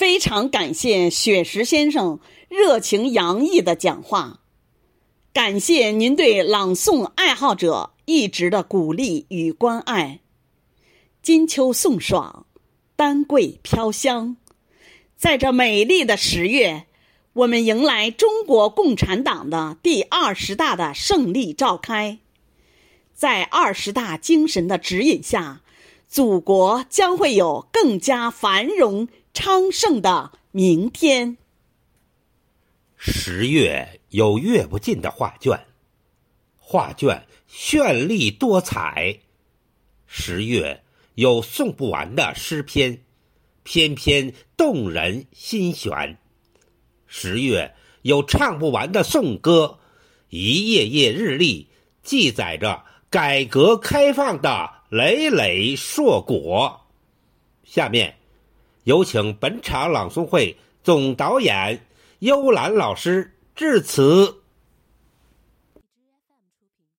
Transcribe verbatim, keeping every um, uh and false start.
非常感谢雪石先生热情洋溢的讲话，感谢您对朗诵爱好者一直的鼓励与关爱。金秋送爽，丹桂飘香，在这美丽的十月，我们迎来中国共产党的第二十大的胜利召开。在二十大精神的指引下，祖国将会有更加繁荣昌盛的明天。 十月有阅不尽的画卷，画卷绚丽多彩；十月有诵不完的诗篇，篇篇动人心弦；十月有唱不完的颂歌，一页页日历记载着改革开放的累累硕果。下面有请本场朗诵会总导演幽兰老师致辞。